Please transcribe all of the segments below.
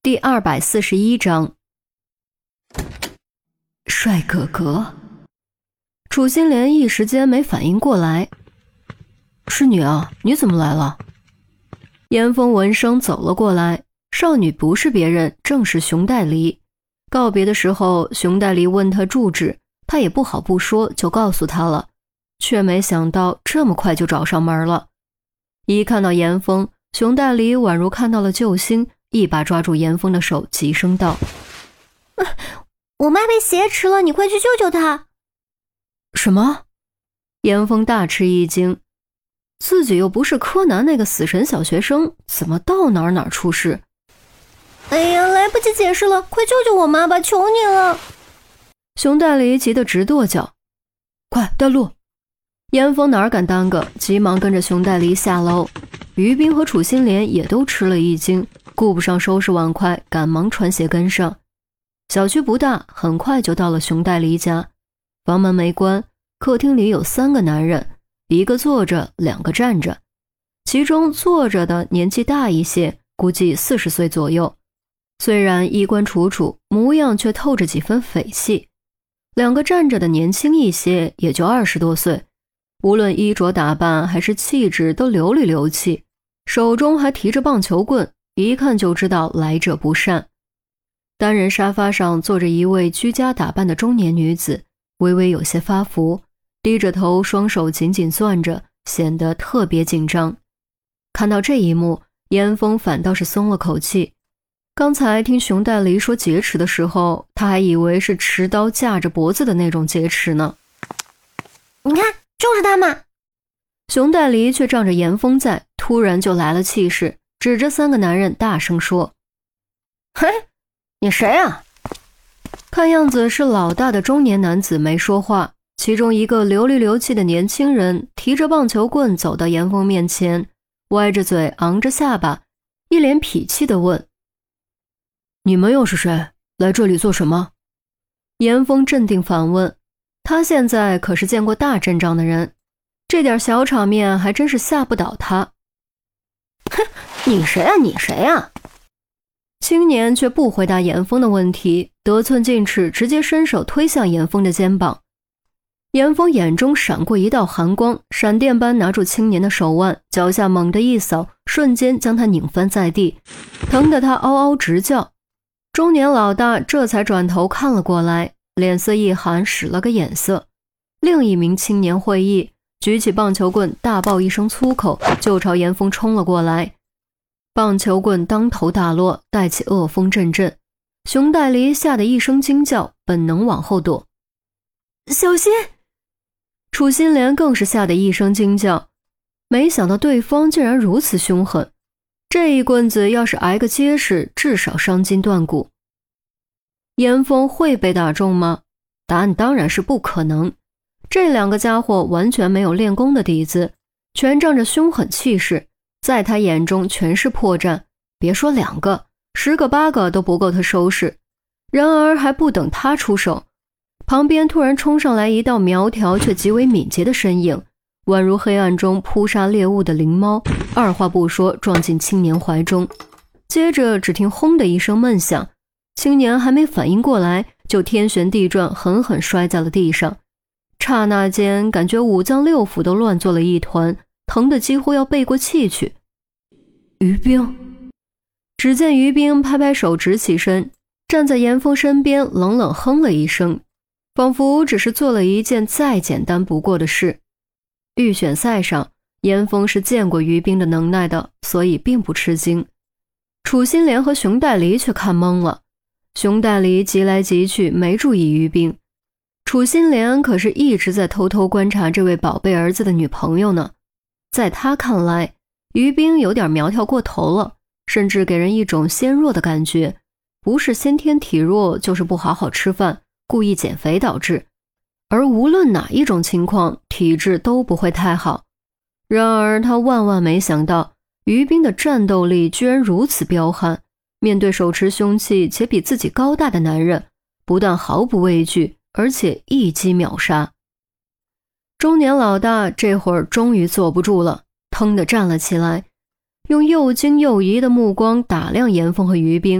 第241章。帅哥哥。楚心莲一时间没反应过来。是你啊，你怎么来了？严峰闻声走了过来，少女不是别人，正是熊黛离。告别的时候，熊黛离问他住址，他也不好不说，就告诉他了，却没想到这么快就找上门了。一看到严峰，熊黛离宛如看到了救星，一把抓住严峰的手，急声道： 我妈被挟持了，你快去救救她。 什么？严峰大吃一惊，自己又不是柯南那个死神小学生，怎么到哪儿出事？ 哎呀，来不及解释了，快救救我妈吧，求你了。 熊黛离急得直跺脚。快带路。严峰哪敢耽搁，急忙跟着熊黛离下楼。于冰和楚心莲也都吃了一惊，顾不上收拾碗筷，赶忙穿鞋跟上。小区不大，很快就到了熊黛离家。房门没关，客厅里有3个男人，一个坐着，2个站着。其中坐着的年纪大一些，估计40岁左右，虽然衣冠楚楚，模样却透着几分匪气。2个站着的年轻一些，也就20多岁，无论衣着打扮还是气质都流里流气，手中还提着棒球棍，一看就知道来者不善。单人沙发上坐着一位居家打扮的中年女子，微微有些发福，低着头，双手紧紧攥着，显得特别紧张。看到这一幕，严峰反倒是松了口气。刚才听熊黛离说劫持的时候，他还以为是持刀架着脖子的那种劫持呢。 你看，就是他嘛。 熊黛离却仗着严峰在，突然就来了气势，指着3个男人大声说：嘿，你谁啊？看样子是老大的中年男子没说话，其中一个流里流气的年轻人提着棒球棍走到严峰面前，歪着嘴，昂着下巴，一脸痞气地问：你们又是谁？来这里做什么？严峰镇定反问，他现在可是见过大阵仗的人，这点小场面还真是吓不倒他。哼，你谁啊？你谁啊？青年却不回答严峰的问题，得寸进尺，直接伸手推向严峰的肩膀。严峰眼中闪过一道寒光，闪电般拿住青年的手腕，脚下猛地一扫，瞬间将他拧翻在地，疼得他嗷嗷直叫。中年老大这才转头看了过来，脸色一寒，使了个眼色。另一名青年会意，举起棒球棍，大爆一声粗口，就朝严峰冲了过来。棒球棍当头大落，带起恶风阵阵。熊黛离吓得一声惊叫，本能往后躲。小心！楚心莲更是吓得一声惊叫，没想到对方竟然如此凶狠，这一棍子要是挨个结实，至少伤筋断骨。严峰会被打中吗？答案当然是不可能。这2个家伙完全没有练功的底子，全仗着凶狠气势，在他眼中全是破绽，别说2个，10个8个都不够他收拾。然而还不等他出手，旁边突然冲上来一道苗条却极为敏捷的身影，宛如黑暗中扑杀猎物的灵猫，二话不说撞进青年怀中。接着只听轰的一声闷响，青年还没反应过来，就天旋地转，狠狠摔在了地上。刹那间感觉5脏6腑都乱作了一团，疼得几乎要背过气去。于冰。只见于冰拍拍手，直起身，站在严峰身边，冷冷哼了一声，仿佛只是做了一件再简单不过的事。预选赛上，严峰是见过于冰的能耐的，所以并不吃惊。楚心莲和熊黛离却看懵了，熊黛离急来急去，没注意于冰。楚心莲可是一直在偷偷观察这位宝贝儿子的女朋友呢。在他看来，于冰有点苗条过头了，甚至给人一种纤弱的感觉，不是先天体弱，就是不好好吃饭，故意减肥导致。而无论哪一种情况，体质都不会太好。然而他万万没想到，于冰的战斗力居然如此彪悍，面对手持凶器且比自己高大的男人，不但毫不畏惧，而且一击秒杀。中年老大这会儿终于坐不住了，腾地站了起来，用又惊又疑的目光打量严峰和于冰，沉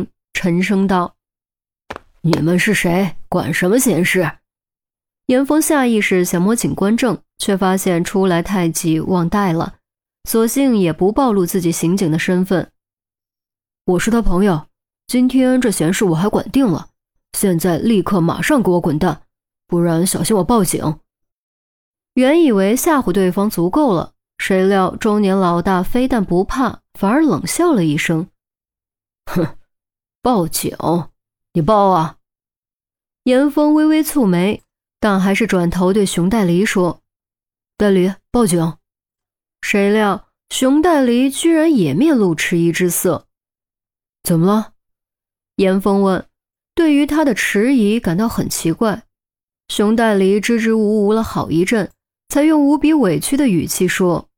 沉声道：“你们是谁？管什么闲事？”严峰下意识想摸警官证，却发现出来太急忘带了，索性也不暴露自己刑警的身份。我是他朋友，今天这闲事我还管定了，现在立刻马上给我滚蛋，不然小心我报警。原以为吓唬对方足够了，谁料中年老大非但不怕，反而冷笑了一声：“哼，报警？你报啊！”严峰微微蹙眉，但还是转头对熊代离说：“代离，报警。”谁料熊代离居然也面露迟疑之色。“怎么了？”严峰问，对于他的迟疑感到很奇怪。熊代离支支吾吾了好一阵，才用无比委屈的语气说：“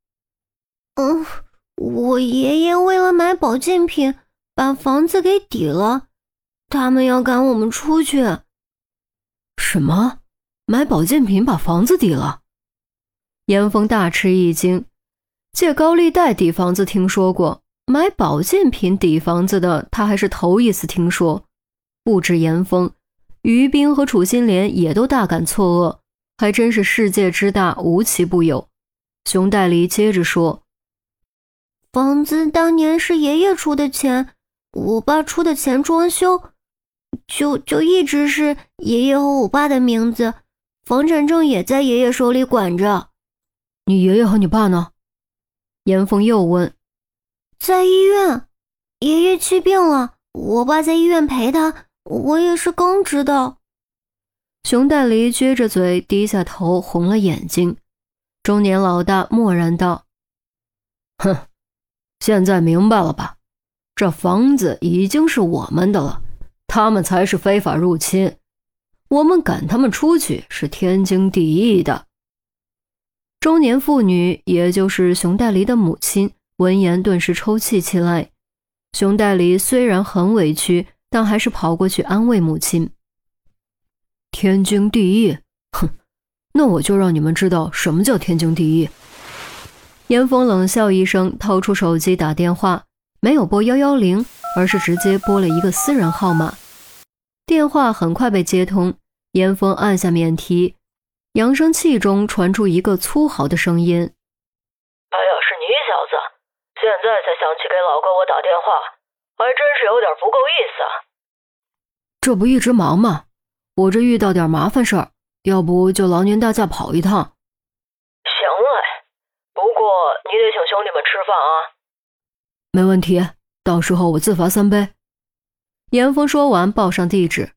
我爷爷为了买保健品，把房子给抵了，他们要赶我们出去。”“ 什么？买保健品把房子抵了？”严峰大吃一惊，借高利贷抵房子听说过，买保健品抵房子的他还是头一次听说。不止严峰，于冰和楚心莲也都大感错愕，还真是世界之大，无奇不有。熊代离接着说：“ 房子当年是爷爷出的钱，我爸出的钱装修，就一直是爷爷和我爸的名字，房产证也在爷爷手里管着。”“ 你爷爷和你爸呢？”严峰又问。 “在医院，爷爷气病了，我爸在医院陪他，我也是刚知道。” 熊代离撅着嘴，低下头，红了眼睛。中年老大默然道：“哼，现在明白了吧？这房子已经是我们的了，他们才是非法入侵，我们赶他们出去是天经地义的。”中年妇女，也就是熊代离的母亲，闻言顿时抽泣起来。熊代离虽然很委屈，但还是跑过去安慰母亲：“天经地义？哼，那我就让你们知道什么叫天经地义。”严峰冷笑一声，掏出手机打电话，没有拨110，而是直接拨了一个私人号码。电话很快被接通，严峰按下免提，扬声器中传出一个粗豪的声音：“ 哎呀，是你小子，现在才想起给老哥我打电话，还真是有点不够意思啊。”“ 这不一直忙吗？我这遇到点麻烦事儿，要不就劳您大驾跑一趟。”“ 行嘞，不过你得请兄弟们吃饭啊。”“ 没问题，到时候我自罚3杯。”严峰说完报上地址。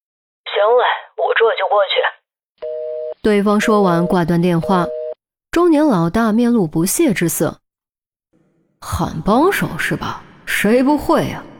“行嘞，我这就过去。” 对方说完挂断电话，中年老大面露不屑之色：“喊帮手是吧？谁不会啊？